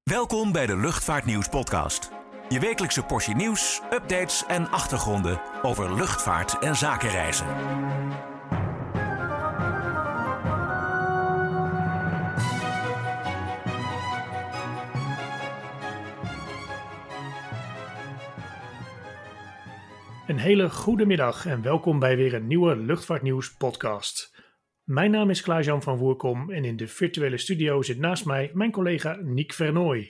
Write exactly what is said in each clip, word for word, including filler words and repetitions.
Welkom bij de Luchtvaartnieuws podcast. Je wekelijkse portie nieuws, updates en achtergronden over luchtvaart en zakenreizen. Een hele goede middag en welkom bij weer een nieuwe Luchtvaartnieuws podcast. Mijn naam is Klaas-Jan van Woerkom en in de virtuele studio zit naast mij mijn collega Niek Vernooy.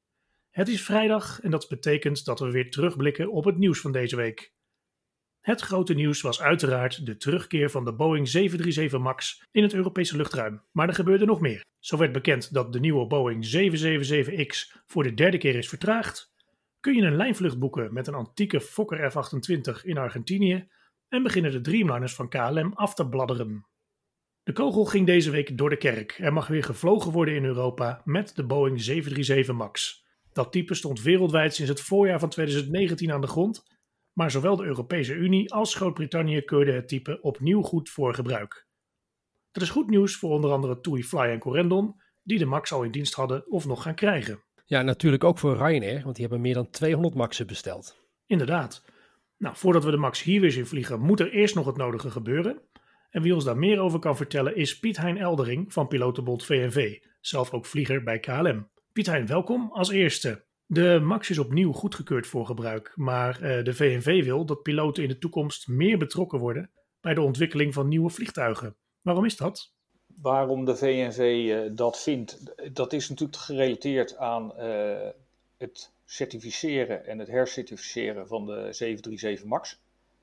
Het is vrijdag en dat betekent dat we weer terugblikken op het nieuws van deze week. Het grote nieuws was uiteraard de terugkeer van de Boeing zeven drie zeven MAX in het Europese luchtruim. Maar er gebeurde nog meer. Zo werd bekend dat de nieuwe Boeing zeven zeven zeven X voor de derde keer is vertraagd. Kun je een lijnvlucht boeken met een antieke Fokker F achtentwintig in Argentinië en beginnen de Dreamliners van K L M af te bladderen. De kogel ging deze week door de kerk. Er mag weer gevlogen worden in Europa met de Boeing zeven drie zeven MAX. Dat type stond wereldwijd sinds het voorjaar van twintig negentien aan de grond, maar zowel de Europese Unie als Groot-Brittannië keurden het type opnieuw goed voor gebruik. Dat is goed nieuws voor onder andere TUI Fly en Corendon, die de MAX al in dienst hadden of nog gaan krijgen. Ja, natuurlijk ook voor Ryanair, want die hebben meer dan tweehonderd MAX'en besteld. Inderdaad. Nou, voordat we de MAX hier weer zien vliegen, moet er eerst nog het nodige gebeuren. En wie ons daar meer over kan vertellen is Piet-Hein Eldering van Pilotenbond V N V, zelf ook vlieger bij K L M. Piet-Hein, welkom als eerste. De MAX is opnieuw goedgekeurd voor gebruik, maar uh, de V N V wil dat piloten in de toekomst meer betrokken worden bij de ontwikkeling van nieuwe vliegtuigen. Waarom is dat? Waarom de V N V uh, dat vindt, dat is natuurlijk gerelateerd aan uh, het certificeren en het hercertificeren van de zeven drie zeven MAX.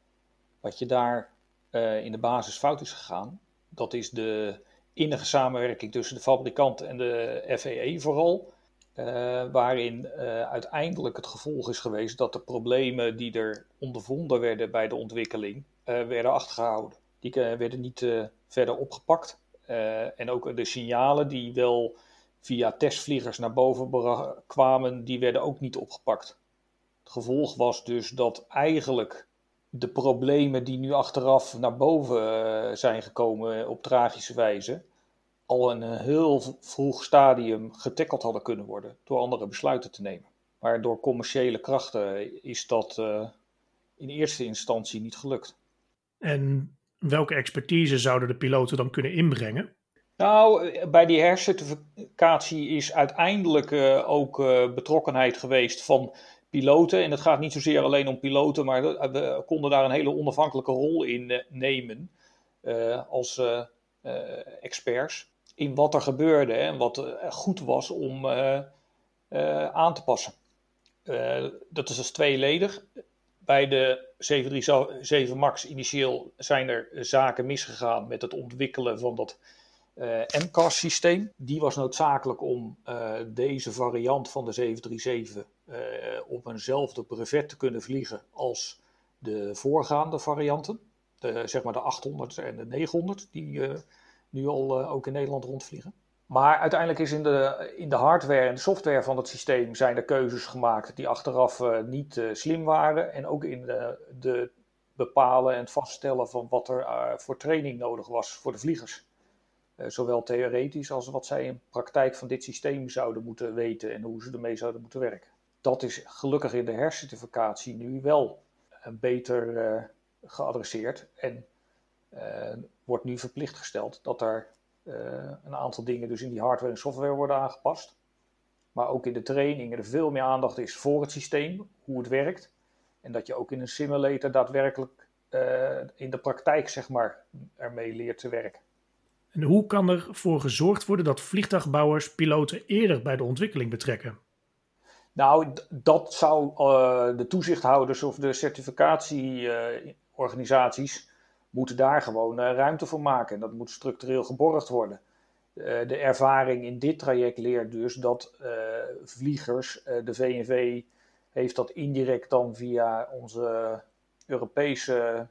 Wat je daar uh, in de basis fout is gegaan, dat is de innige samenwerking tussen de fabrikant en de F A A vooral. Uh, waarin uh, uiteindelijk het gevolg is geweest dat de problemen die er ondervonden werden bij de ontwikkeling uh, werden achtergehouden. Die uh, werden niet uh, verder opgepakt. Uh, en ook de signalen die wel via testvliegers naar boven bera- kwamen, die werden ook niet opgepakt. Het gevolg was dus dat eigenlijk de problemen die nu achteraf naar boven uh, zijn gekomen op tragische wijze, al in een heel vroeg stadium getackeld hadden kunnen worden door andere besluiten te nemen. Maar door commerciële krachten is dat uh, in eerste instantie niet gelukt. En welke expertise zouden de piloten dan kunnen inbrengen? Nou, bij die hercertificatie is uiteindelijk uh, ook uh, betrokkenheid geweest van piloten. En het gaat niet zozeer alleen om piloten, maar we konden daar een hele onafhankelijke rol in uh, nemen uh, als uh, uh, experts. In wat er gebeurde en wat uh, goed was om uh, uh, aan te passen. Uh, dat is dus tweeledig. Bij de zeven drie zeven MAX initieel zijn er zaken misgegaan met het ontwikkelen van dat uh, M C A S-systeem. Die was noodzakelijk om uh, deze variant van de zeven drie zeven uh, op eenzelfde brevet te kunnen vliegen als de voorgaande varianten. De, zeg maar de achthonderd en de negenhonderd, die uh, nu al uh, ook in Nederland rondvliegen. Maar uiteindelijk is in de, in de hardware en de software van het systeem zijn er keuzes gemaakt die achteraf uh, niet uh, slim waren. En ook in de, de bepalen en het vaststellen van wat er uh, voor training nodig was voor de vliegers. Uh, zowel theoretisch als wat zij in praktijk van dit systeem zouden moeten weten en hoe ze ermee zouden moeten werken. Dat is gelukkig in de hercertificatie nu wel uh, beter uh, geadresseerd en uh, wordt nu verplicht gesteld dat er Uh, een aantal dingen dus in die hardware en software worden aangepast. Maar ook in de training er veel meer aandacht is voor het systeem, hoe het werkt. En dat je ook in een simulator daadwerkelijk uh, in de praktijk zeg maar ermee leert te werken. En hoe kan er voor gezorgd worden dat vliegtuigbouwers piloten eerder bij de ontwikkeling betrekken? Nou, d- dat zou uh, de toezichthouders of de certificatieorganisaties uh, moeten daar gewoon uh, ruimte voor maken. En dat moet structureel geborgd worden. Uh, de ervaring in dit traject leert dus dat uh, vliegers, uh, de V N V heeft dat indirect dan via onze Europese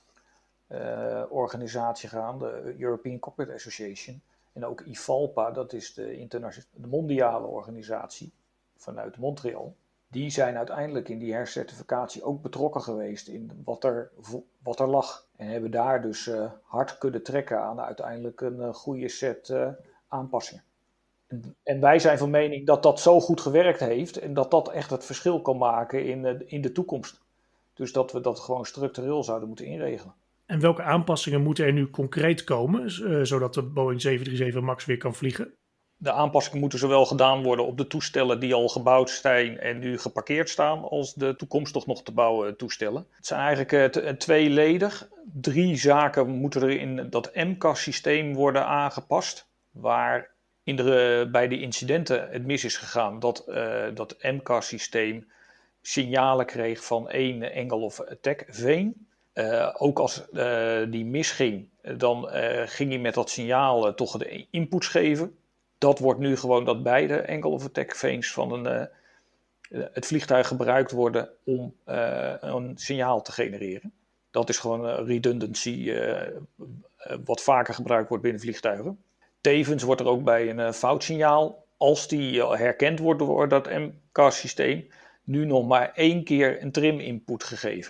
uh, organisatie gaan, de European Cockpit Association. En ook I F A L P A, dat is de, interna- de mondiale organisatie vanuit Montreal. Die zijn uiteindelijk in die hercertificatie ook betrokken geweest in wat er, wat er lag. En hebben daar dus uh, hard kunnen trekken aan uiteindelijk een uh, goede set uh, aanpassingen. En wij zijn van mening dat dat zo goed gewerkt heeft en dat dat echt het verschil kan maken in de, in de toekomst. Dus dat we dat gewoon structureel zouden moeten inregelen. En welke aanpassingen moeten er nu concreet komen, uh, zodat de Boeing zeven drie zeven MAX weer kan vliegen? De aanpassingen moeten zowel gedaan worden op de toestellen die al gebouwd zijn en nu geparkeerd staan, als de toekomstig nog te bouwen toestellen. Het zijn eigenlijk uh, t- tweeledig. Drie zaken moeten er in dat M C A S-systeem worden aangepast, waar in de, bij de incidenten het mis is gegaan dat uh, dat M C A S-systeem signalen kreeg van één angle of attack veen. Uh, ook als uh, die misging, dan uh, ging hij met dat signaal uh, toch de inputs geven. Dat wordt nu gewoon dat beide angle of attack veens van een, uh, het vliegtuig gebruikt worden om uh, een signaal te genereren. Dat is gewoon uh, redundancy uh, uh, wat vaker gebruikt wordt binnen vliegtuigen. Tevens wordt er ook bij een uh, foutsignaal, als die uh, herkend wordt door dat M C A S-systeem, nu nog maar één keer een trim-input gegeven.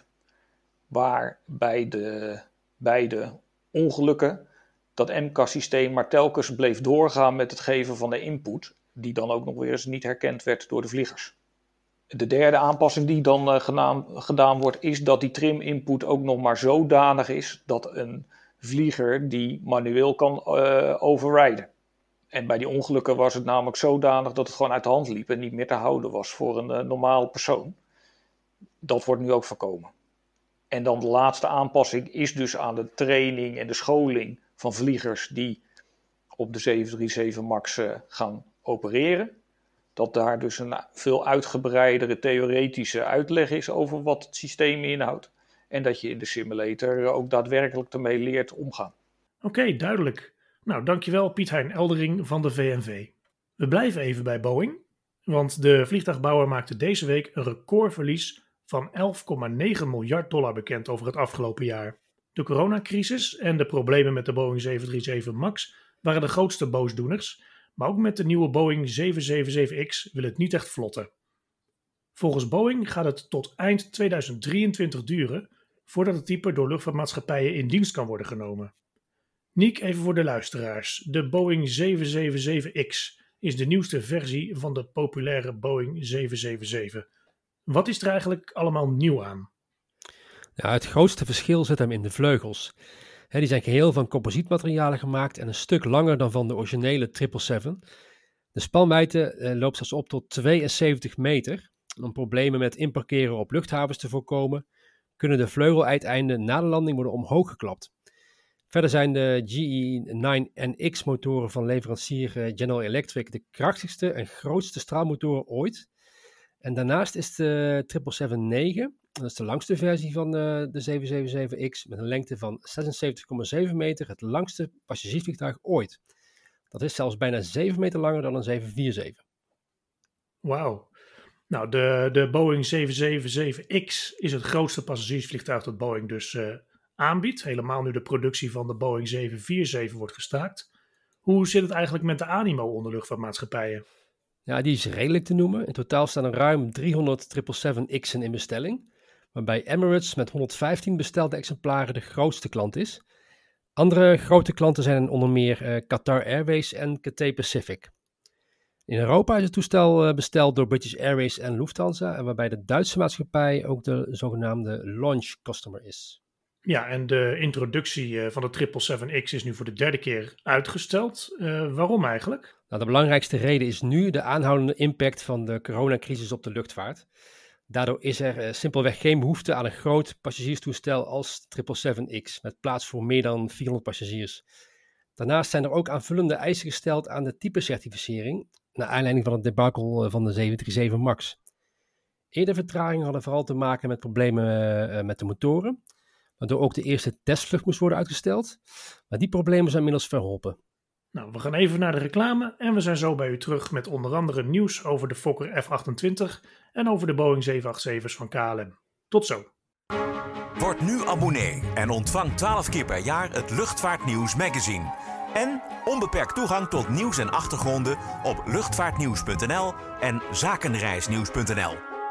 Waar bij de beide ongelukken dat M C A S-systeem maar telkens bleef doorgaan met het geven van de input, die dan ook nog weer eens niet herkend werd door de vliegers. De derde aanpassing die dan uh, genaam, gedaan wordt, is dat die trim-input ook nog maar zodanig is dat een vlieger die manueel kan uh, overriden. En bij die ongelukken was het namelijk zodanig dat het gewoon uit de hand liep en niet meer te houden was voor een uh, normaal persoon. Dat wordt nu ook voorkomen. En dan de laatste aanpassing is dus aan de training en de scholing van vliegers die op de zeven drie zeven MAX uh, gaan opereren. Dat daar dus een veel uitgebreidere theoretische uitleg is over wat het systeem inhoudt. En dat je in de simulator ook daadwerkelijk ermee leert omgaan. Oké, okay, duidelijk. Nou, dankjewel Piet-Hein Eldering van de V N V. We blijven even bij Boeing, want de vliegtuigbouwer maakte deze week een recordverlies van elf komma negen miljard dollar bekend over het afgelopen jaar. De coronacrisis en de problemen met de Boeing zeven drie zeven MAX waren de grootste boosdoeners, maar ook met de nieuwe Boeing zeven zeven zeven X wil het niet echt vlotten. Volgens Boeing gaat het tot eind tweeduizend drieëntwintig duren voordat het type door luchtvaartmaatschappijen in dienst kan worden genomen. Niek, even voor de luisteraars. De Boeing zeven zeven zeven X is de nieuwste versie van de populaire Boeing zeven zeven zeven. Wat is er eigenlijk allemaal nieuw aan? Ja, het grootste verschil zit hem in de vleugels. He, die zijn geheel van composietmaterialen gemaakt en een stuk langer dan van de originele triple seven. De spanwijdte eh, loopt zelfs op tot tweeënzeventig meter. Om problemen met inparkeren op luchthavens te voorkomen, kunnen de vleugeluiteinden na de landing worden omhoog geklapt. Verder zijn de G E nine N X motoren van leverancier General Electric de krachtigste en grootste straalmotoren ooit. En daarnaast is de triple seven negen, dat is de langste versie van de, de zeven zeven zeven X, met een lengte van zesenzeventig komma zeven meter, het langste passagiersvliegtuig ooit. Dat is zelfs bijna zeven meter langer dan een zeven vier zeven. Wauw. Nou, de, de Boeing zeven zeven zeven X is het grootste passagiersvliegtuig dat Boeing dus uh, aanbiedt. Helemaal nu de productie van de Boeing zeven vier zeven wordt gestaakt. Hoe zit het eigenlijk met de animo onder luchtvaartmaatschappijen? Ja, die is redelijk te noemen. In totaal staan er ruim driehonderd triple seven X'en in bestelling, waarbij Emirates met honderdvijftien bestelde exemplaren de grootste klant is. Andere grote klanten zijn onder meer uh, Qatar Airways en Cathay Pacific. In Europa is het toestel uh, besteld door British Airways en Lufthansa, en waarbij de Duitse maatschappij ook de zogenaamde launch customer is. Ja, en de introductie uh, van de triple seven X is nu voor de derde keer uitgesteld. Uh, waarom eigenlijk? Nou, de belangrijkste reden is nu de aanhoudende impact van de coronacrisis op de luchtvaart. Daardoor is er uh, simpelweg geen behoefte aan een groot passagierstoestel als triple seven X, met plaats voor meer dan vierhonderd passagiers. Daarnaast zijn er ook aanvullende eisen gesteld aan de typecertificering, naar aanleiding van het debacle van de zeven drie zeven MAX. Eerder vertragingen hadden vooral te maken met problemen uh, met de motoren, waardoor ook de eerste testvlucht moest worden uitgesteld. Maar die problemen zijn inmiddels verholpen. Nou, we gaan even naar de reclame en we zijn zo bij u terug met onder andere nieuws over de Fokker F achtentwintig en over de Boeing zeven acht zeven's van K L M. Tot zo. Word nu abonnee en ontvang twaalf keer per jaar het Luchtvaartnieuws magazine. En onbeperkt toegang tot nieuws en achtergronden op luchtvaartnieuws punt n l en zakenreisnieuws punt n l.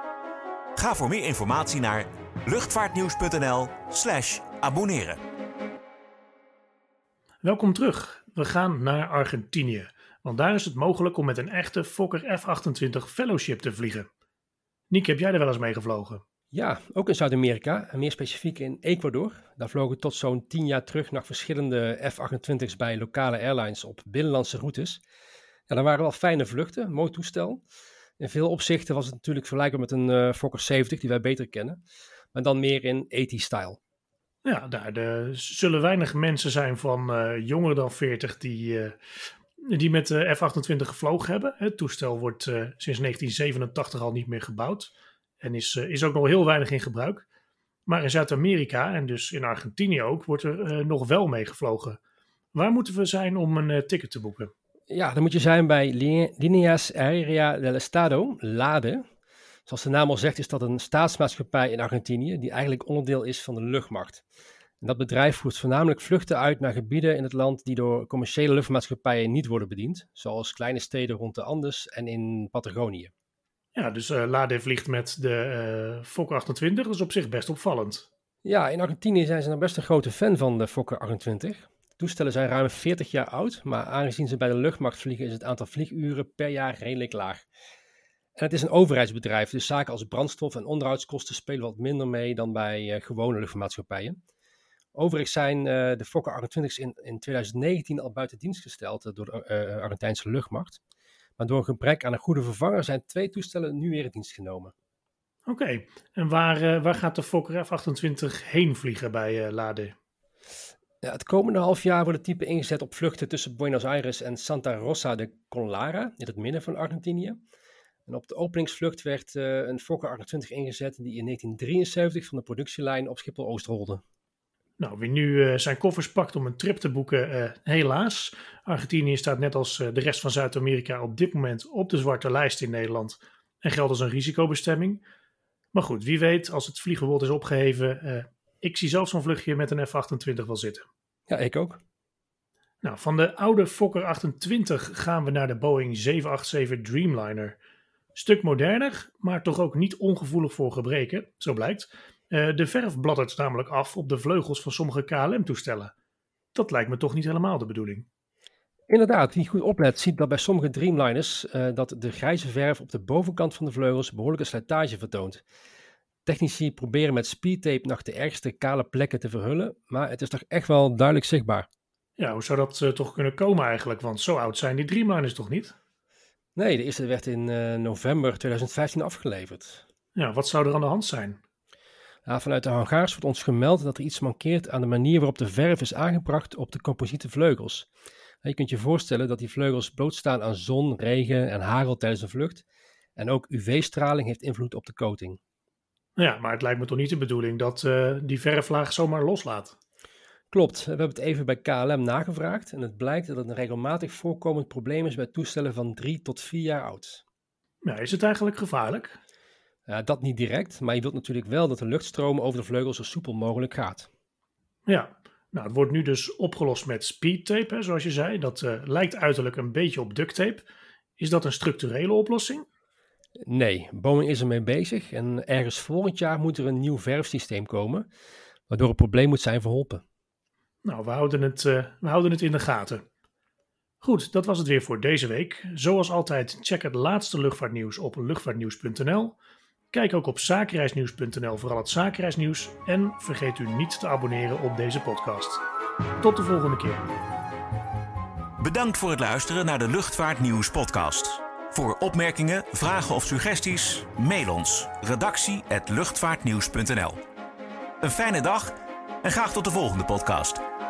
Ga voor meer informatie naar luchtvaartnieuws punt n l slash abonneren. Welkom terug. We gaan naar Argentinië. Want daar is het mogelijk om met een echte Fokker F achtentwintig Fellowship te vliegen. Niek, heb jij er wel eens mee gevlogen? Ja, ook in Zuid-Amerika en meer specifiek in Ecuador. Daar vlogen tot zo'n tien jaar terug nog verschillende F achtentwintigs bij lokale airlines op binnenlandse routes. Ja, dat waren wel fijne vluchten, mooi toestel. In veel opzichten was het natuurlijk vergelijkbaar met een uh, Fokker zeventig die wij beter kennen. Maar dan meer in eighties-style. Ja, daar de, zullen weinig mensen zijn van uh, jonger dan veertig die, uh, die met de F achtentwintig gevlogen hebben. Het toestel wordt uh, sinds negentien zevenentachtig al niet meer gebouwd. En is, uh, is ook nog heel weinig in gebruik. Maar in Zuid-Amerika en dus in Argentinië ook wordt er uh, nog wel mee gevlogen. Waar moeten we zijn om een uh, ticket te boeken? Ja, dan moet je zijn bij Líneas Aéreas del Estado, LADE. Zoals de naam al zegt is dat een staatsmaatschappij in Argentinië die eigenlijk onderdeel is van de luchtmacht. En dat bedrijf voert voornamelijk vluchten uit naar gebieden in het land die door commerciële luchtvaartmaatschappijen niet worden bediend. Zoals kleine steden rond de Andes en in Patagonië. Ja, dus uh, LADE vliegt met de uh, Fokker achtentwintig, dat is op zich best opvallend. Ja, in Argentinië zijn ze nog best een grote fan van de Fokker achtentwintig. De toestellen zijn ruim veertig jaar oud, maar aangezien ze bij de luchtmacht vliegen is het aantal vlieguren per jaar redelijk laag. En het is een overheidsbedrijf, dus zaken als brandstof en onderhoudskosten spelen wat minder mee dan bij uh, gewone luchtvaartmaatschappijen. Overigens zijn uh, de Fokker achtentwintigs in, in twintig negentien al buiten dienst gesteld uh, door de uh, Argentijnse luchtmacht. Maar door een gebrek aan een goede vervanger zijn twee toestellen nu weer in dienst genomen. Oké, okay. En waar, uh, waar gaat de Fokker F achtentwintig heen vliegen bij uh, LADE? Ja, het komende half jaar wordt het type ingezet op vluchten tussen Buenos Aires en Santa Rosa de Conlara, in het midden van Argentinië. En op de openingsvlucht werd uh, een Fokker achtentwintig ingezet die in negentien drieënzeventig van de productielijn op Schiphol-Oost rolde. Nou, wie nu uh, zijn koffers pakt om een trip te boeken, uh, helaas. Argentinië staat net als uh, de rest van Zuid-Amerika op dit moment op de zwarte lijst in Nederland en geldt als een risicobestemming. Maar goed, wie weet, als het vliegverbod is opgeheven, uh, ik zie zelfs zo'n vluchtje met een F achtentwintig wel zitten. Ja, ik ook. Nou, van de oude Fokker achtentwintig gaan we naar de Boeing zeven acht zeven Dreamliner. Stuk moderner, maar toch ook niet ongevoelig voor gebreken, zo blijkt. Uh, de verf bladdert namelijk af op de vleugels van sommige K L M-toestellen. Dat lijkt me toch niet helemaal de bedoeling. Inderdaad, wie goed oplet ziet dat bij sommige Dreamliners uh, dat de grijze verf op de bovenkant van de vleugels behoorlijke slijtage vertoont. Technici proberen met speedtape nog de ergste kale plekken te verhullen, maar het is toch echt wel duidelijk zichtbaar. Ja, hoe zou dat uh, toch kunnen komen eigenlijk? Want zo oud zijn die Dreamliners toch niet? Nee, de eerste werd in uh, november twintig vijftien afgeleverd. Ja, wat zou er aan de hand zijn? Ja, vanuit de hangars wordt ons gemeld dat er iets mankeert aan de manier waarop de verf is aangebracht op de composiete vleugels. Je kunt je voorstellen dat die vleugels blootstaan aan zon, regen en hagel tijdens een vlucht. En ook U V-straling heeft invloed op de coating. Ja, maar het lijkt me toch niet de bedoeling dat uh, die verflaag zomaar loslaat? Klopt, we hebben het even bij K L M nagevraagd en het blijkt dat het een regelmatig voorkomend probleem is bij toestellen van drie tot vier jaar oud. Ja, is het eigenlijk gevaarlijk? Ja, dat niet direct, maar je wilt natuurlijk wel dat de luchtstroom over de vleugels zo soepel mogelijk gaat. Ja, nou het wordt nu dus opgelost met speedtape, hè, zoals je zei. Dat uh, lijkt uiterlijk een beetje op duct tape. Is dat een structurele oplossing? Nee, Boeing is ermee bezig en ergens volgend jaar moet er een nieuw verfsysteem komen, waardoor het probleem moet zijn verholpen. Nou, we houden het, uh, we houden het in de gaten. Goed, dat was het weer voor deze week. Zoals altijd, check het laatste luchtvaartnieuws op luchtvaartnieuws punt n l. Kijk ook op zakenreisnieuws punt n l voor al het zakenreisnieuws. En vergeet u niet te abonneren op deze podcast. Tot de volgende keer. Bedankt voor het luisteren naar de Luchtvaartnieuws podcast. Voor opmerkingen, vragen of suggesties, mail ons redactie apenstaartje luchtvaartnieuws punt n l. Een fijne dag en graag tot de volgende podcast.